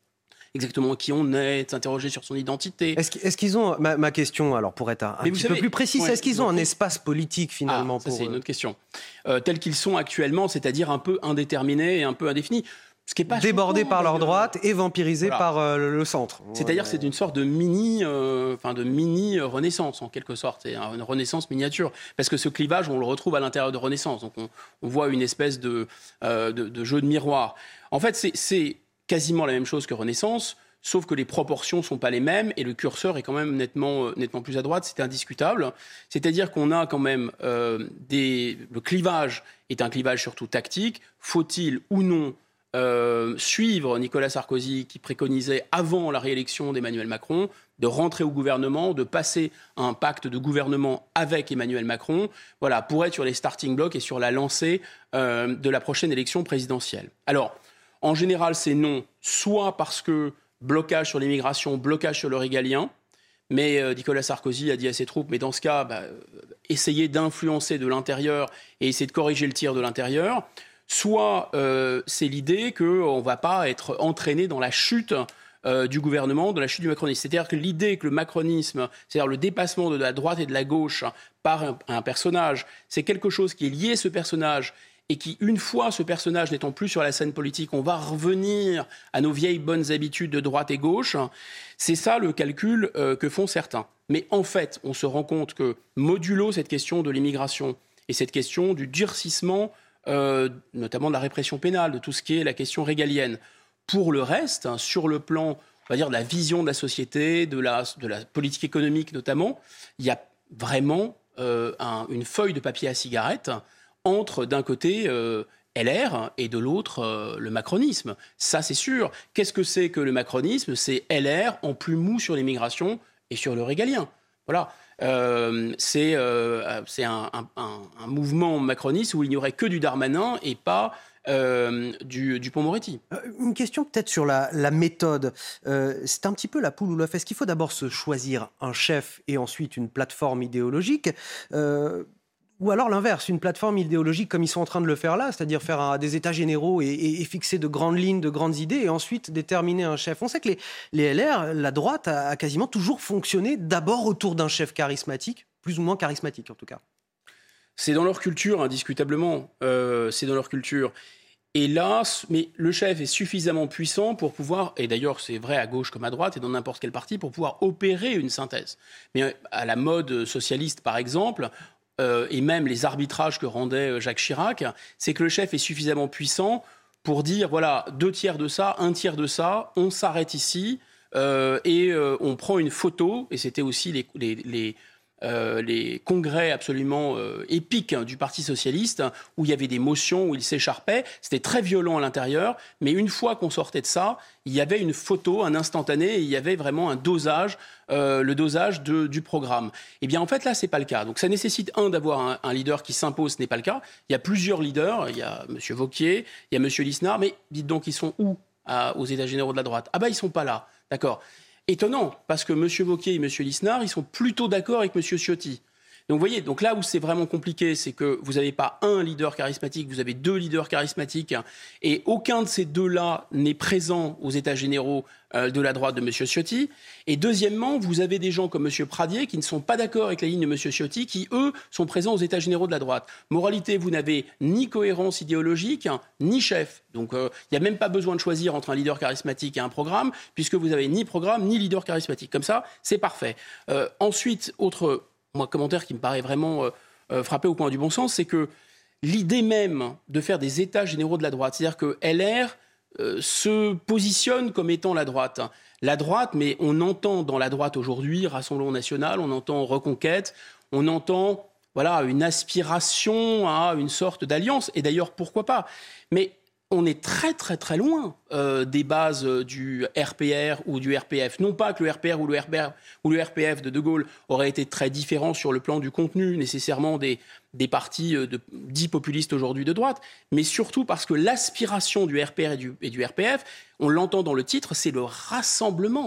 exactement qui on est, de s'interroger sur son identité. Est-ce, est-ce qu'ils ont, ma, ma question, alors pour être un, un petit savez, peu plus précis, ouais, est-ce qu'ils ont un espace politique finalement ah, ça, pour... c'est une autre question. Euh, tels qu'ils sont actuellement, c'est-à-dire un peu indéterminés et un peu indéfinis. Ce qui est pas débordés par leur droite et vampirisés voilà. par euh, le centre. C'est-à-dire que c'est une sorte de mini, euh, enfin de mini renaissance en quelque sorte, c'est une renaissance miniature. Parce que ce clivage, on le retrouve à l'intérieur de Renaissance. Donc on, on voit une espèce de, euh, de, de jeu de miroir. En fait, c'est, c'est quasiment la même chose que Renaissance, sauf que les proportions sont pas les mêmes et le curseur est quand même nettement, euh, nettement plus à droite. C'est indiscutable. C'est-à-dire qu'on a quand même euh, des, le clivage est un clivage surtout tactique. Faut-il ou non Euh, suivre Nicolas Sarkozy qui préconisait avant la réélection d'Emmanuel Macron de rentrer au gouvernement, de passer à un pacte de gouvernement avec Emmanuel Macron, voilà, pour être sur les starting blocks et sur la lancée euh, de la prochaine élection présidentielle. Alors, en général, c'est non, soit parce que blocage sur l'immigration, blocage sur le régalien, mais euh, Nicolas Sarkozy a dit à ses troupes, mais dans ce cas, bah, essayez d'influencer de l'intérieur et essayez de corriger le tir de l'intérieur. Soit euh, c'est l'idée qu'on ne va pas être entraîné dans la chute euh, du gouvernement, dans la chute du macronisme. C'est-à-dire que l'idée que le macronisme, c'est-à-dire le dépassement de la droite et de la gauche par un, un personnage, c'est quelque chose qui est lié à ce personnage et qui, une fois ce personnage n'étant plus sur la scène politique, on va revenir à nos vieilles bonnes habitudes de droite et gauche. C'est ça le calcul euh, que font certains. Mais en fait, on se rend compte que modulo cette question de l'immigration et cette question du durcissement Euh, notamment de la répression pénale, de tout ce qui est la question régalienne. Pour le reste, hein, sur le plan, on va dire, de la vision de la société, de la, de la politique économique notamment, il y a vraiment euh, un, une feuille de papier à cigarette entre, d'un côté, euh, L R et de l'autre, euh, le macronisme. Ça, c'est sûr. Qu'est-ce que c'est que le macronisme ? C'est L R en plus mou sur l'immigration et sur le régalien. Voilà. Euh, c'est euh, c'est un, un, un mouvement macroniste où il n'y aurait que du Darmanin et pas euh, du, du Dupond-Moretti. Euh, une question peut-être sur la, la méthode. Euh, c'est un petit peu la poule ou l'œuf. Est-ce qu'il faut d'abord se choisir un chef et ensuite une plateforme idéologique euh, ou alors l'inverse, une plateforme idéologique comme ils sont en train de le faire là, c'est-à-dire faire un, des états généraux et, et, et fixer de grandes lignes, de grandes idées et ensuite déterminer un chef. On sait que les, les L R, la droite a, a quasiment toujours fonctionné d'abord autour d'un chef charismatique, plus ou moins charismatique en tout cas. C'est dans leur culture, indiscutablement. Euh, c'est dans leur culture. Et là, mais le chef est suffisamment puissant pour pouvoir, et d'ailleurs c'est vrai à gauche comme à droite et dans n'importe quel parti, pour pouvoir opérer une synthèse. Mais à la mode socialiste par exemple, Euh, et même les arbitrages que rendait Jacques Chirac, c'est que le chef est suffisamment puissant pour dire, voilà, deux tiers de ça, un tiers de ça, on s'arrête ici euh, et euh, on prend une photo, et c'était aussi les, les, les, euh, les congrès absolument euh, épiques hein, du Parti socialiste, où il y avait des motions, où il s'écharpait, c'était très violent à l'intérieur, mais une fois qu'on sortait de ça, il y avait une photo, un instantané, et il y avait vraiment un dosage, euh, le dosage de, du programme. Eh bien, en fait, là, c'est pas le cas. Donc, ça nécessite, un, d'avoir un, un leader qui s'impose, ce n'est pas le cas. Il y a plusieurs leaders, il y a M. Wauquiez, il y a M. Lisnard, mais dites donc, ils sont où à, aux États généraux de la droite ? Ah ben, ils sont pas là, d'accord. Étonnant, parce que M. Wauquiez et M. Lisnard, ils sont plutôt d'accord avec M. Ciotti. Donc, vous voyez, donc là où c'est vraiment compliqué, c'est que vous n'avez pas un leader charismatique, vous avez deux leaders charismatiques, et aucun de ces deux-là n'est présent aux États généraux euh, de la droite de M. Ciotti. Et deuxièmement, vous avez des gens comme M. Pradier qui ne sont pas d'accord avec la ligne de M. Ciotti, qui, eux, sont présents aux États généraux de la droite. Moralité, vous n'avez ni cohérence idéologique, ni chef. Donc, il euh, n'y a même pas besoin de choisir entre un leader charismatique et un programme, puisque vous n'avez ni programme, ni leader charismatique. Comme ça, c'est parfait. Euh, ensuite, autre... Moi, commentaire qui me paraît vraiment euh, euh, frappé au coin du bon sens, c'est que l'idée même de faire des états généraux de la droite, c'est-à-dire que L R euh, se positionne comme étant la droite. La droite, mais on entend dans la droite aujourd'hui, Rassemblement National, on entend Reconquête, on entend voilà, une aspiration à une sorte d'alliance. Et d'ailleurs, pourquoi pas ? Mais on est très très très loin euh, des bases du R P R ou du R P F. Non pas que le R P R ou le R P R ou le R P F de De Gaulle aurait été très différent sur le plan du contenu nécessairement des, des partis de, dits populistes aujourd'hui de droite, mais surtout parce que l'aspiration du R P R et du, et du R P F, on l'entend dans le titre, c'est le rassemblement.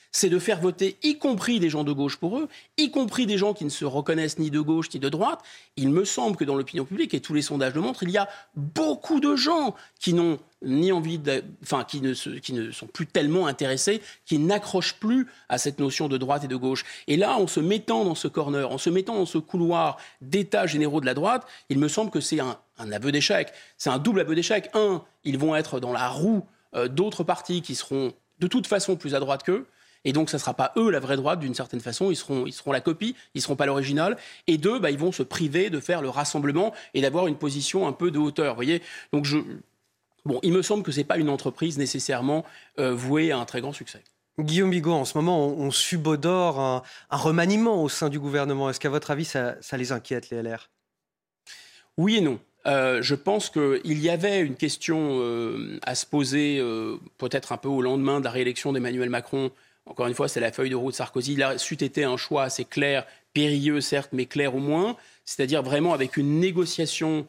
c'est de faire voter y compris des gens de gauche pour eux, y compris des gens qui ne se reconnaissent ni de gauche ni de droite. Il me semble que dans l'opinion publique, et tous les sondages le montrent, il y a beaucoup de gens qui n'ont ni envie de, enfin, qui ne, se, qui ne sont plus tellement intéressés, qui n'accrochent plus à cette notion de droite et de gauche. Et là, en se mettant dans ce corner, en se mettant dans ce couloir d'états généraux de la droite, il me semble que c'est un, un aveu d'échec. C'est un double aveu d'échec. Un, ils vont être dans la roue euh, d'autres partis qui seront de toute façon plus à droite qu'eux. Et donc, ça ne sera pas eux la vraie droite, d'une certaine façon. Ils seront, ils seront la copie, ils ne seront pas l'original. Et deux, bah, ils vont se priver de faire le rassemblement et d'avoir une position un peu de hauteur. Vous voyez ? Donc, je... Bon, il me semble que ce n'est pas une entreprise nécessairement euh, vouée à un très grand succès. Guillaume Bigot, en ce moment, on, on subodore un, un remaniement au sein du gouvernement. Est-ce qu'à votre avis, ça, ça les inquiète, les L R ? Oui et non. Euh, je pense qu'il y avait une question euh, à se poser, euh, peut-être un peu au lendemain de la réélection d'Emmanuel Macron. Encore une fois, c'est la feuille de route de Sarkozy. Il a c'eût été un choix assez clair, périlleux certes, mais clair au moins. C'est-à-dire vraiment avec une négociation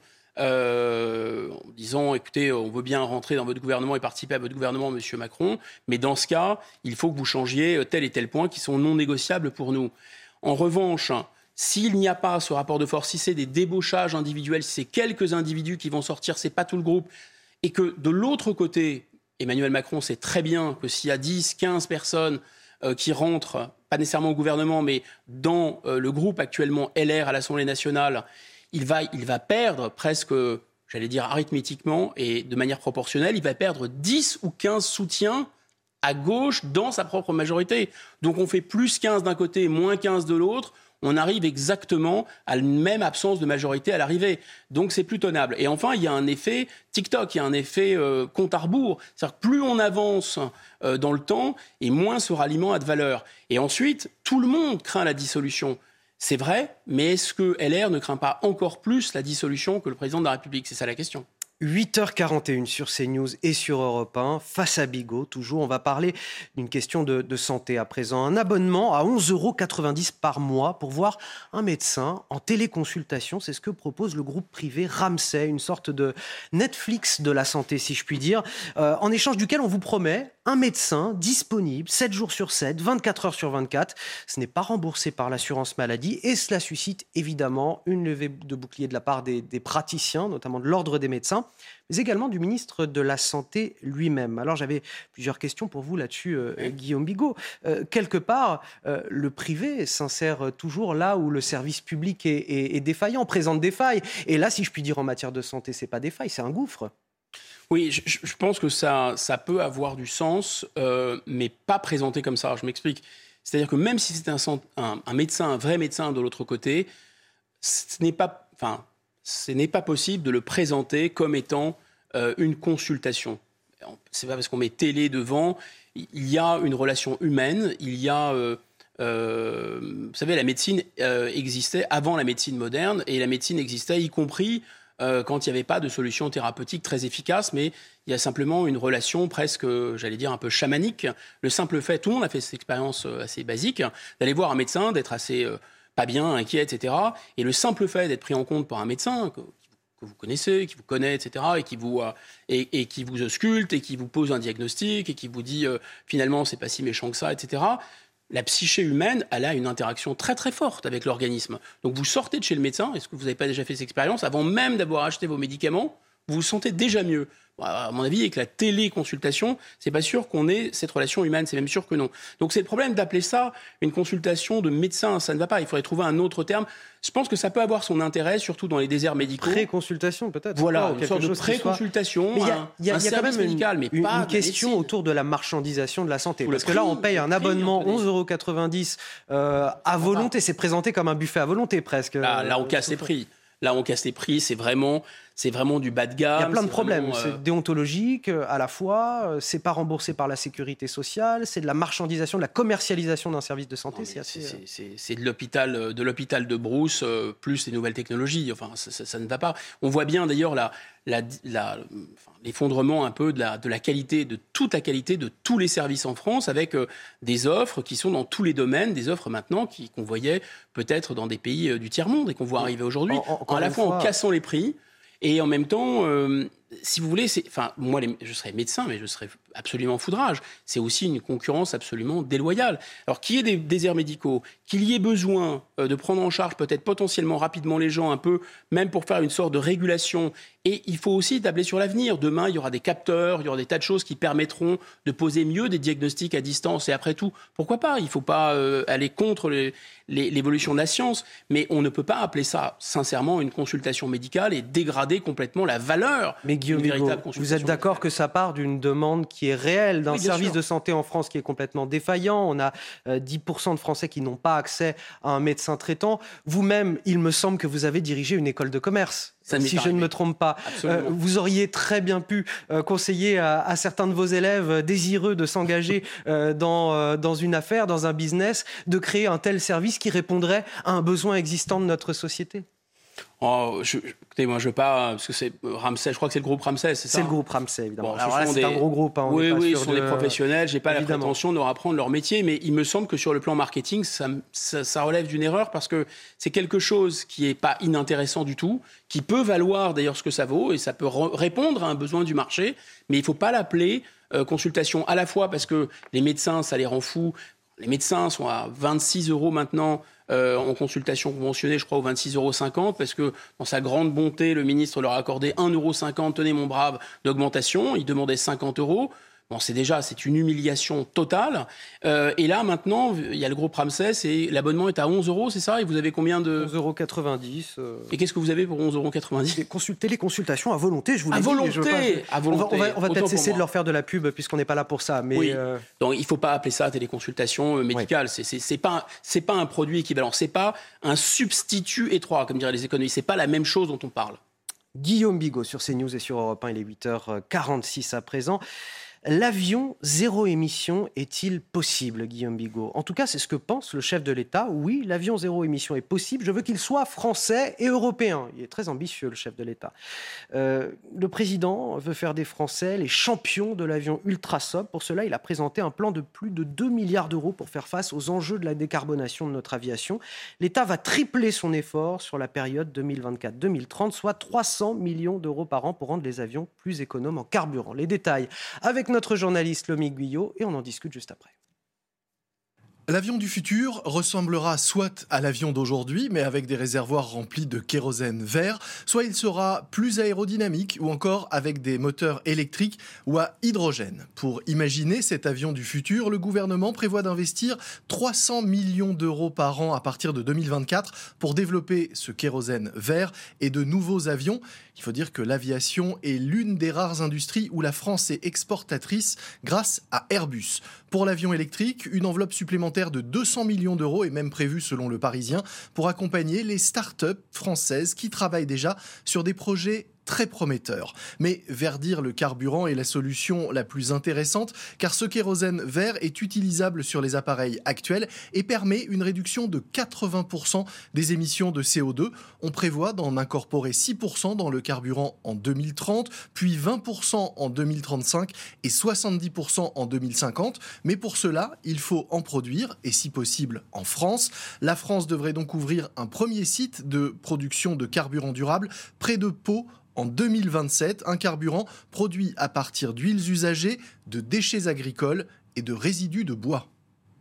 euh, en disant, écoutez, on veut bien rentrer dans votre gouvernement et participer à votre gouvernement, monsieur Macron, mais dans ce cas, il faut que vous changiez tel et tel point qui sont non négociables pour nous. En revanche, s'il n'y a pas ce rapport de force, si c'est des débauchages individuels, si c'est quelques individus qui vont sortir, c'est pas tout le groupe, et que de l'autre côté, Emmanuel Macron sait très bien que s'il y a dix, quinze personnes euh, qui rentrent, pas nécessairement au gouvernement, mais dans euh, le groupe actuellement L R à l'Assemblée nationale, il va, il va perdre presque, j'allais dire arithmétiquement et de manière proportionnelle, il va perdre dix ou quinze soutiens à gauche dans sa propre majorité. Donc on fait plus quinze d'un côté, moins quinze de l'autre. On arrive exactement à la même absence de majorité à l'arrivée. Donc c'est plus tenable. Et enfin, il y a un effet TikTok, il y a un effet euh, compte à rebours. C'est-à-dire que plus on avance euh, dans le temps, et moins ce ralliement a de valeur. Et ensuite, tout le monde craint la dissolution. C'est vrai, mais est-ce que L R ne craint pas encore plus la dissolution que le président de la République ? C'est ça la question. huit heures quarante et une sur CNews et sur Europe un, face à Bigot, toujours. On va parler d'une question de, de santé à présent. Un abonnement à onze euros quatre-vingt-dix par mois pour voir un médecin en téléconsultation. C'est ce que propose le groupe privé Ramsay, une sorte de Netflix de la santé, si je puis dire, euh, en échange duquel on vous promet un médecin disponible sept jours sur sept, vingt-quatre heures sur vingt-quatre. Ce n'est pas remboursé par l'assurance maladie et cela suscite évidemment une levée de bouclier de la part des, des praticiens, notamment de l'ordre des médecins, mais également du ministre de la Santé lui-même. Alors j'avais plusieurs questions pour vous là-dessus, euh, oui. Guillaume Bigot. Euh, quelque part, euh, le privé s'insère toujours là où le service public est, est, est défaillant, présente des failles. Et là, si je puis dire, en matière de santé, c'est pas des failles, c'est un gouffre. Oui, je, je pense que ça, ça peut avoir du sens, euh, mais pas présenté comme ça. Je m'explique. C'est-à-dire que même si c'est un, un, un médecin, un vrai médecin de l'autre côté, ce n'est pas, enfin, ce n'est pas possible de le présenter comme étant euh, une consultation. C'est pas parce qu'on met télé devant. Il y a une relation humaine. Il y a, euh, euh, vous savez, la médecine euh, existait avant la médecine moderne, et la médecine existait y compris Euh, quand il n'y avait pas de solution thérapeutique très efficace, mais il y a simplement une relation presque, j'allais dire, un peu chamanique. Le simple fait, tout le monde a fait cette expérience assez basique, d'aller voir un médecin, d'être assez euh, pas bien, inquiet, et cetera. Et le simple fait d'être pris en compte par un médecin que, que vous connaissez, qui vous connaît, et cetera, et qui vous, euh, et, et qui vous ausculte, et qui vous pose un diagnostic, et qui vous dit euh, finalement c'est pas si méchant que ça, et cetera. La psyché humaine, elle a une interaction très très forte avec l'organisme. Donc vous sortez de chez le médecin, est-ce que vous n'avez pas déjà fait cette expérience ? Avant même d'avoir acheté vos médicaments, vous vous sentez déjà mieux. Bon, à mon avis, avec la téléconsultation, c'est pas sûr qu'on ait cette relation humaine, c'est même sûr que non. Donc c'est le problème d'appeler ça une consultation de médecin, ça ne va pas, il faudrait trouver un autre terme. Je pense que ça peut avoir son intérêt, surtout dans les déserts médicaux. Pré-consultation peut-être. Voilà, une sorte de pré-consultation, il y a, un, y a, un y a quand même médical, une, mais une, pas une question autour de la marchandisation de la santé. Pour Parce que prix, là, on paye un abonnement prix, onze euros quatre-vingt-dix euh, à volonté. C'est présenté comme un buffet à volonté presque. Là, là on casse les prix. Là, on casse les prix, c'est vraiment, c'est vraiment du bas de gamme. Il y a plein de problèmes. Vraiment, euh... C'est déontologique à la fois, c'est pas remboursé par la sécurité sociale, c'est de la marchandisation, de la commercialisation d'un service de santé. Non, c'est, assez... c'est, c'est, c'est de l'hôpital, de l'hôpital de Brousse, euh, plus les nouvelles technologies. Enfin, ça, ça, ça ne va pas. On voit bien d'ailleurs la, la, la, enfin, l'effondrement un peu de la, de la qualité, de toute la qualité de tous les services en France, avec euh, des offres qui sont dans tous les domaines, des offres maintenant qui, qu'on voyait peut-être dans des pays euh, du tiers-monde et qu'on voit arriver aujourd'hui, en, en, à la fois, fois en cassant les prix et en même temps, euh, si vous voulez, c'est, enfin, moi, les, je serais médecin, mais je serais absolument foudrage. C'est aussi une concurrence absolument déloyale. Alors, qu'il y ait des déserts médicaux, qu'il y ait besoin euh, de prendre en charge peut-être potentiellement rapidement les gens, un peu, même pour faire une sorte de régulation. Et il faut aussi tabler sur l'avenir. Demain, il y aura des capteurs, il y aura des tas de choses qui permettront de poser mieux des diagnostics à distance. Et après tout, pourquoi pas ? Il ne faut pas euh, aller contre les, les, l'évolution de la science. Mais on ne peut pas appeler ça, sincèrement, une consultation médicale et dégrader complètement la valeur. Mais Guillaume Bigot, vous êtes d'accord médicale. Que ça part d'une demande qui est réelle, d'un oui, service sûr. de santé en France qui est complètement défaillant. On a euh, dix pour cent de Français qui n'ont pas accès à un médecin traitant. Vous-même, il me semble que vous avez dirigé une école de commerce. Ça si je arrivé. ne me trompe pas. Euh, vous auriez très bien pu euh, conseiller à, à certains de vos élèves désireux de s'engager euh, dans, euh, dans une affaire, dans un business, de créer un tel service qui répondrait à un besoin existant de notre société. Oh, je, écoutez, moi, je veux pas, parce que c'est Ramsay, je crois que c'est le groupe Ramsay, c'est ça ? C'est le groupe Ramsay, évidemment. Bon, alors là, c'est des... un gros groupe. Hein, oui, oui, ce sont de... des professionnels. J'ai pas évidemment. la prétention de leur apprendre leur métier, mais il me semble que sur le plan marketing, ça, ça, ça relève d'une erreur parce que c'est quelque chose qui est pas inintéressant du tout, qui peut valoir d'ailleurs ce que ça vaut et ça peut re- répondre à un besoin du marché, mais il faut pas l'appeler euh, consultation à la fois parce que les médecins, ça les rend fous. Les médecins sont à vingt-six euros maintenant. Euh, en consultation conventionnée, je crois, aux vingt-six euros cinquante, parce que dans sa grande bonté, le ministre leur a accordé un euro cinquante, tenez mon brave, d'augmentation. Il demandait cinquante euros. Bon, c'est déjà, c'est une humiliation totale. Euh, et là, maintenant, il y a le groupe Ramsay, et l'abonnement est à onze euros, c'est ça ? Et vous avez combien de... onze euros quatre-vingt-dix. Euh... Et qu'est-ce que vous avez pour onze euros quatre-vingt-dix ? Consulter les consultations à volonté, je vous l'ai à dit. Volonté, je veux pas... À volonté On va, on va peut-être cesser de leur faire de la pub, puisqu'on n'est pas là pour ça. Mais oui. euh... Donc, il ne faut pas appeler ça téléconsultation médicale. Oui. C'est, c'est, c'est pas, c'est pas un produit équivalent. C'est pas un substitut étroit, comme diraient les économistes. C'est pas la même chose dont on parle. Guillaume Bigot sur CNews et sur Europe un, il est huit heures quarante-six à présent. L'avion zéro émission est-il possible, Guillaume Bigot ? En tout cas, c'est ce que pense le chef de l'État. Oui, l'avion zéro émission est possible. Je veux qu'il soit français et européen. Il est très ambitieux, le chef de l'État. Euh, le président veut faire des Français les champions de l'avion ultra sobre. Pour cela, il a présenté un plan de plus de deux milliards d'euros pour faire face aux enjeux de la décarbonation de notre aviation. L'État va tripler son effort sur la période deux mille vingt-quatre deux mille trente, soit trois cents millions d'euros par an pour rendre les avions plus économes en carburant. Les détails avec notre journaliste Lomique Guyot et on en discute juste après. L'avion du futur ressemblera soit à l'avion d'aujourd'hui, mais avec des réservoirs remplis de kérosène vert, soit il sera plus aérodynamique ou encore avec des moteurs électriques ou à hydrogène. Pour imaginer cet avion du futur, le gouvernement prévoit d'investir trois cents millions d'euros par an à partir de deux mille vingt-quatre pour développer ce kérosène vert et de nouveaux avions. Il faut dire que l'aviation est l'une des rares industries où la France est exportatrice grâce à Airbus. Pour l'avion électrique, une enveloppe supplémentaire de deux cents millions d'euros est même prévue selon Le Parisien pour accompagner les start-up françaises qui travaillent déjà sur des projets très prometteur. Mais verdir le carburant est la solution la plus intéressante car ce kérosène vert est utilisable sur les appareils actuels et permet une réduction de quatre-vingts pour cent des émissions de C O deux. On prévoit d'en incorporer six pour cent dans le carburant en deux mille trente, puis vingt pour cent en deux mille trente-cinq et soixante-dix pour cent en deux mille cinquante. Mais pour cela, il faut en produire et si possible en France. La France devrait donc ouvrir un premier site de production de carburant durable près de Pau en deux mille vingt-sept, un carburant produit à partir d'huiles usagées, de déchets agricoles et de résidus de bois.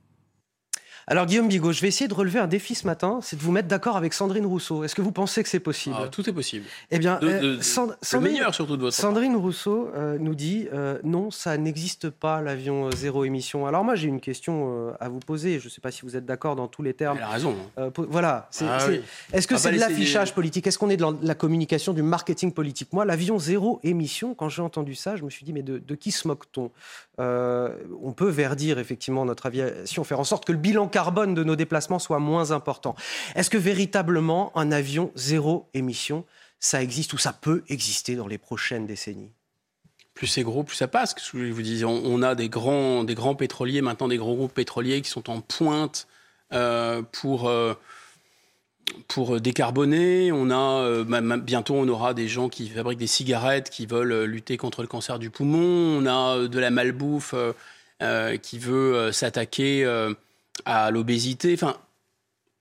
Alors Guillaume Bigot, je vais essayer de relever un défi ce matin, c'est de vous mettre d'accord avec Sandrine Rousseau. Est-ce que vous pensez que c'est possible ? Ah, tout est possible. Eh bien, de, de, euh, Sand- le Sandrine, meilleur surtout de votre Sandrine part. Rousseau euh, nous dit euh, non, ça n'existe pas l'avion zéro émission. Alors moi j'ai une question euh, à vous poser. Je ne sais pas si vous êtes d'accord dans tous les termes. Elle a raison. Euh, po- voilà. C'est, ah, c'est, oui. Est-ce que On c'est de l'affichage des... politique ? Est-ce qu'on est dans la communication, du marketing politique ? Moi, l'avion zéro émission, quand j'ai entendu ça, je me suis dit mais de, de qui se moque-t-on ? euh, On peut verdir effectivement notre aviation, faire en sorte que le bilan carbone de nos déplacements soit moins important. Est-ce que véritablement un avion zéro émission, ça existe ou ça peut exister dans les prochaines décennies ? Plus c'est gros, plus ça passe. Je vous dis, on, on a des grands, des grands pétroliers, maintenant des gros groupes pétroliers qui sont en pointe euh, pour, euh, pour décarboner. On a, euh, bah, bientôt, on aura des gens qui fabriquent des cigarettes, qui veulent lutter contre le cancer du poumon. On a de la malbouffe euh, euh, qui veut euh, s'attaquer... Euh, à l'obésité, enfin,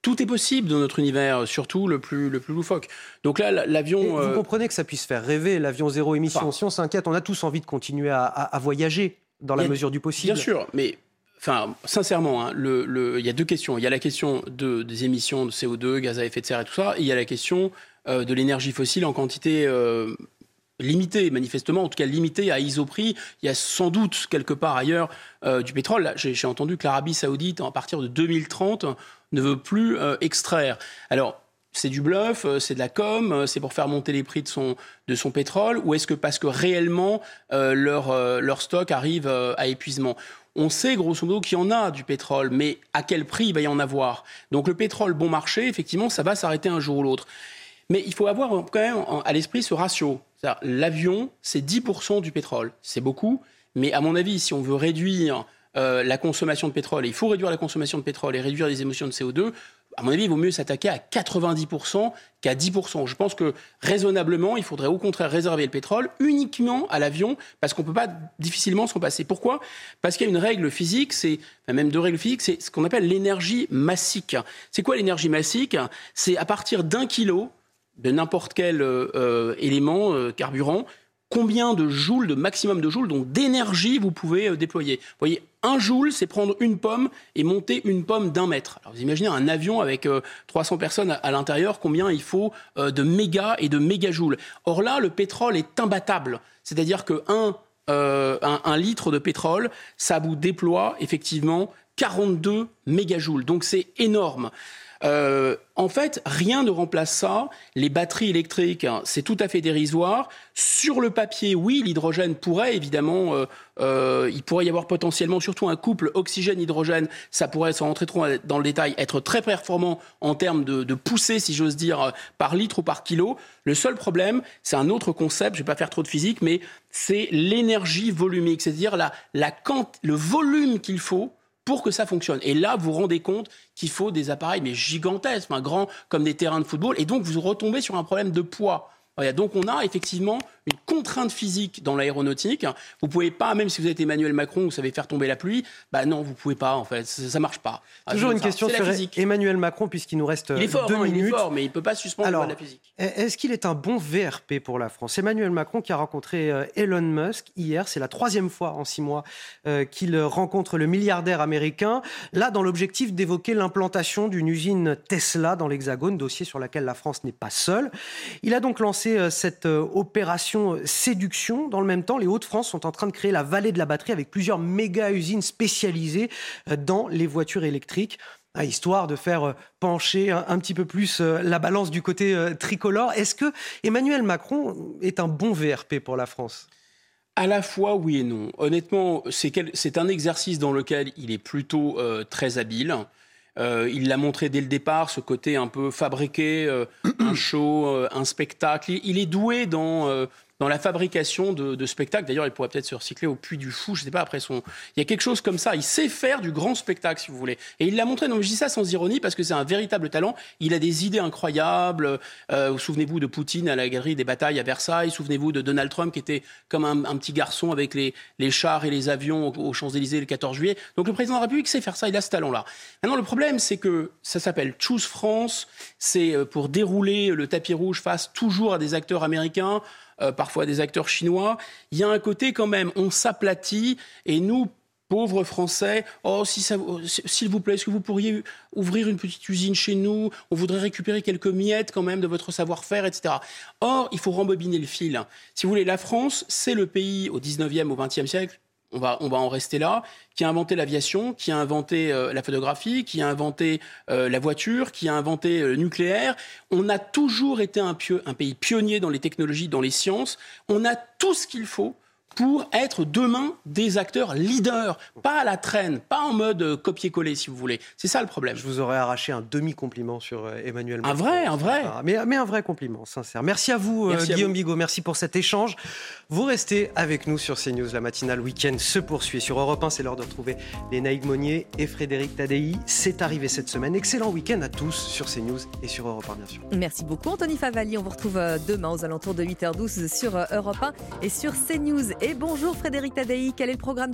tout est possible dans notre univers, surtout le plus, le plus loufoque. Donc là, l'avion... Et vous euh... comprenez que ça puisse faire rêver, l'avion zéro émission. Enfin, si on s'inquiète, on a tous envie de continuer à, à, à voyager dans la a, mesure du possible. Bien sûr, mais... Enfin, sincèrement, hein, le, le, il y a deux questions. Il y a la question de, des émissions de C O deux, gaz à effet de serre et tout ça, et il y a la question euh, de l'énergie fossile en quantité... Euh, limité, manifestement, en tout cas limité à Isoprix. Il y a sans doute quelque part ailleurs euh, du pétrole. Là, j'ai, j'ai entendu que l'Arabie Saoudite, à partir de deux mille trente, ne veut plus euh, extraire. Alors, c'est du bluff, c'est de la com, c'est pour faire monter les prix de son, de son pétrole, ou est-ce que parce que réellement euh, leur, euh, leur stock arrive euh, à épuisement ? On sait grosso modo qu'il y en a du pétrole, mais à quel prix il va y en avoir ? Donc le pétrole bon marché, effectivement, ça va s'arrêter un jour ou l'autre. Mais il faut avoir quand même à l'esprit ce ratio. C'est-à-dire, l'avion, c'est dix pour cent du pétrole. C'est beaucoup, mais à mon avis, si on veut réduire euh, la consommation de pétrole, et il faut réduire la consommation de pétrole et réduire les émissions de C O deux, à mon avis, il vaut mieux s'attaquer à quatre-vingt-dix pour cent qu'à dix pour cent. Je pense que, raisonnablement, il faudrait au contraire réserver le pétrole uniquement à l'avion, parce qu'on ne peut pas difficilement s'en passer. Pourquoi ? Parce qu'il y a une règle physique, c'est, enfin même deux règles physiques, c'est ce qu'on appelle l'énergie massique. C'est quoi l'énergie massique ? C'est à partir d'un kilo de n'importe quel euh, élément, euh, carburant, combien de joules, de maximum de joules, donc d'énergie vous pouvez euh, déployer. Vous voyez, un joule, c'est prendre une pomme et monter une pomme d'un mètre. Alors vous imaginez un avion avec euh, trois cents personnes à, à l'intérieur, combien il faut euh, de mégas et de mégajoules. Or là, le pétrole est imbattable. C'est-à-dire que un, euh, un, un litre de pétrole, ça vous déploie effectivement quarante-deux mégajoules. Donc c'est énorme. Euh, en fait, rien ne remplace ça. Les batteries électriques, hein, c'est tout à fait dérisoire. Sur le papier, oui, l'hydrogène pourrait évidemment, euh, euh, il pourrait y avoir potentiellement, surtout un couple oxygène-hydrogène, ça pourrait, sans rentrer trop dans le détail, être très performant en termes de, de poussée, si j'ose dire, par litre ou par kilo. Le seul problème, c'est un autre concept, je ne vais pas faire trop de physique, mais c'est l'énergie volumique, c'est-à-dire la, la quant- le volume qu'il faut pour que ça fonctionne. Et là, vous vous rendez compte qu'il faut des appareils mais gigantesques, hein, grands comme des terrains de football, et donc vous retombez sur un problème de poids. Voilà, donc on a effectivement une contrainte physique dans l'aéronautique. Vous pouvez pas, même si vous êtes Emmanuel Macron, vous savez faire tomber la pluie, bah non, vous pouvez pas en fait, ça, ça marche pas. Toujours ah, une ça, question sur Emmanuel Macron, puisqu'il nous reste deux minutes. Il est fort, hein, il est fort, mais il peut pas suspendre Alors, la physique. Est-ce qu'il est un bon V R P pour la France ? Emmanuel Macron qui a rencontré Elon Musk hier, c'est la troisième fois en six mois euh, qu'il rencontre le milliardaire américain, là dans l'objectif d'évoquer l'implantation d'une usine Tesla dans l'Hexagone, dossier sur lequel la France n'est pas seule. Il a donc lancé euh, cette euh, opération séduction. Dans le même temps, les Hauts-de-France sont en train de créer la vallée de la batterie avec plusieurs méga-usines spécialisées dans les voitures électriques, histoire de faire pencher un petit peu plus la balance du côté tricolore. Est-ce que Emmanuel Macron est un bon V R P pour la France ? À la fois, oui et non. Honnêtement, c'est, quel... c'est un exercice dans lequel il est plutôt euh, très habile. Euh, il l'a montré dès le départ, ce côté un peu fabriqué, euh, un show, euh, un spectacle. Il, il est doué dans, euh, dans la fabrication de, de spectacles. D'ailleurs, il pourrait peut-être se recycler au Puy du Fou, je ne sais pas, après son... Il y a quelque chose comme ça. Il sait faire du grand spectacle, si vous voulez. Et il l'a montré. Non, je dis ça sans ironie, parce que c'est un véritable talent. Il a des idées incroyables. Euh, souvenez-vous de Poutine à la Galerie des Batailles à Versailles. Souvenez-vous de Donald Trump, qui était comme un, un petit garçon avec les, les chars et les avions aux, aux Champs-Élysées le quatorze juillet. Donc le président de la République sait faire ça. Il a ce talent-là. Maintenant, le problème, c'est que ça s'appelle Choose France. C'est pour dérouler le tapis rouge face toujours à des acteurs américains, Euh, parfois des acteurs chinois. Il y a un côté quand même, on s'aplatit et nous, pauvres Français, oh, si ça, s'il vous plaît, est-ce que vous pourriez ouvrir une petite usine chez nous ? On voudrait récupérer quelques miettes quand même de votre savoir-faire, et cetera. Or, il faut rembobiner le fil. Si vous voulez, la France, c'est le pays au dix-neuvième, au vingtième siècle, on va, on va en rester là, qui a inventé l'aviation, qui a inventé euh, la photographie, qui a inventé euh, la voiture, qui a inventé euh, le nucléaire. On a toujours été un, pieu, un pays pionnier dans les technologies, dans les sciences. On a tout ce qu'il faut pour être demain des acteurs leaders, pas à la traîne, pas en mode euh, copier-coller, si vous voulez. C'est ça le problème. Je vous aurais arraché un demi-compliment sur euh, Emmanuel Macron. Un vrai, un vrai. Mais, mais un vrai compliment, sincère. Merci à vous, merci euh, à Guillaume vous. Bigot. Merci pour cet échange. Vous restez avec nous sur CNews. La matinale week-end se poursuit. Sur Europe un, c'est l'heure de retrouver Léna Higmonier et Frédéric Tadei. C'est arrivé cette semaine. Excellent week-end à tous sur CNews et sur Europe un, bien sûr. Merci beaucoup, Anthony Favali. On vous retrouve demain aux alentours de huit heures douze sur Europe un et sur CNews. Et bonjour Frédéric Tadei, quel est le programme du jour ?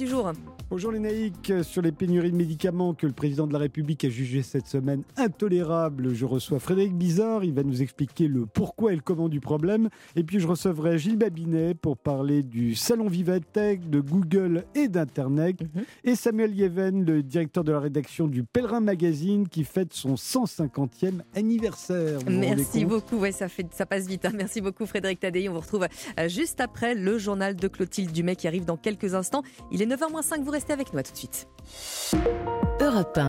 Bonjour les naïcs, sur les pénuries de médicaments que le président de la République a jugé cette semaine intolérables, je reçois Frédéric Bizard, il va nous expliquer le pourquoi et le comment du problème. Et puis je recevrai Gilles Babinet pour parler du salon Vivatech, de Google et d'Internet. Mm-hmm. Et Samuel Yeven, le directeur de la rédaction du Pèlerin Magazine, qui fête son cent cinquantième anniversaire. Vous Merci beaucoup, ouais, ça, fait, ça passe vite. Hein. Merci beaucoup Frédéric Tadei, on vous retrouve juste après le journal de Clotilde Dumais qui arrive dans quelques instants. Il est neuf heures moins cinq, vous restez avec nous, à tout de suite. Europe un.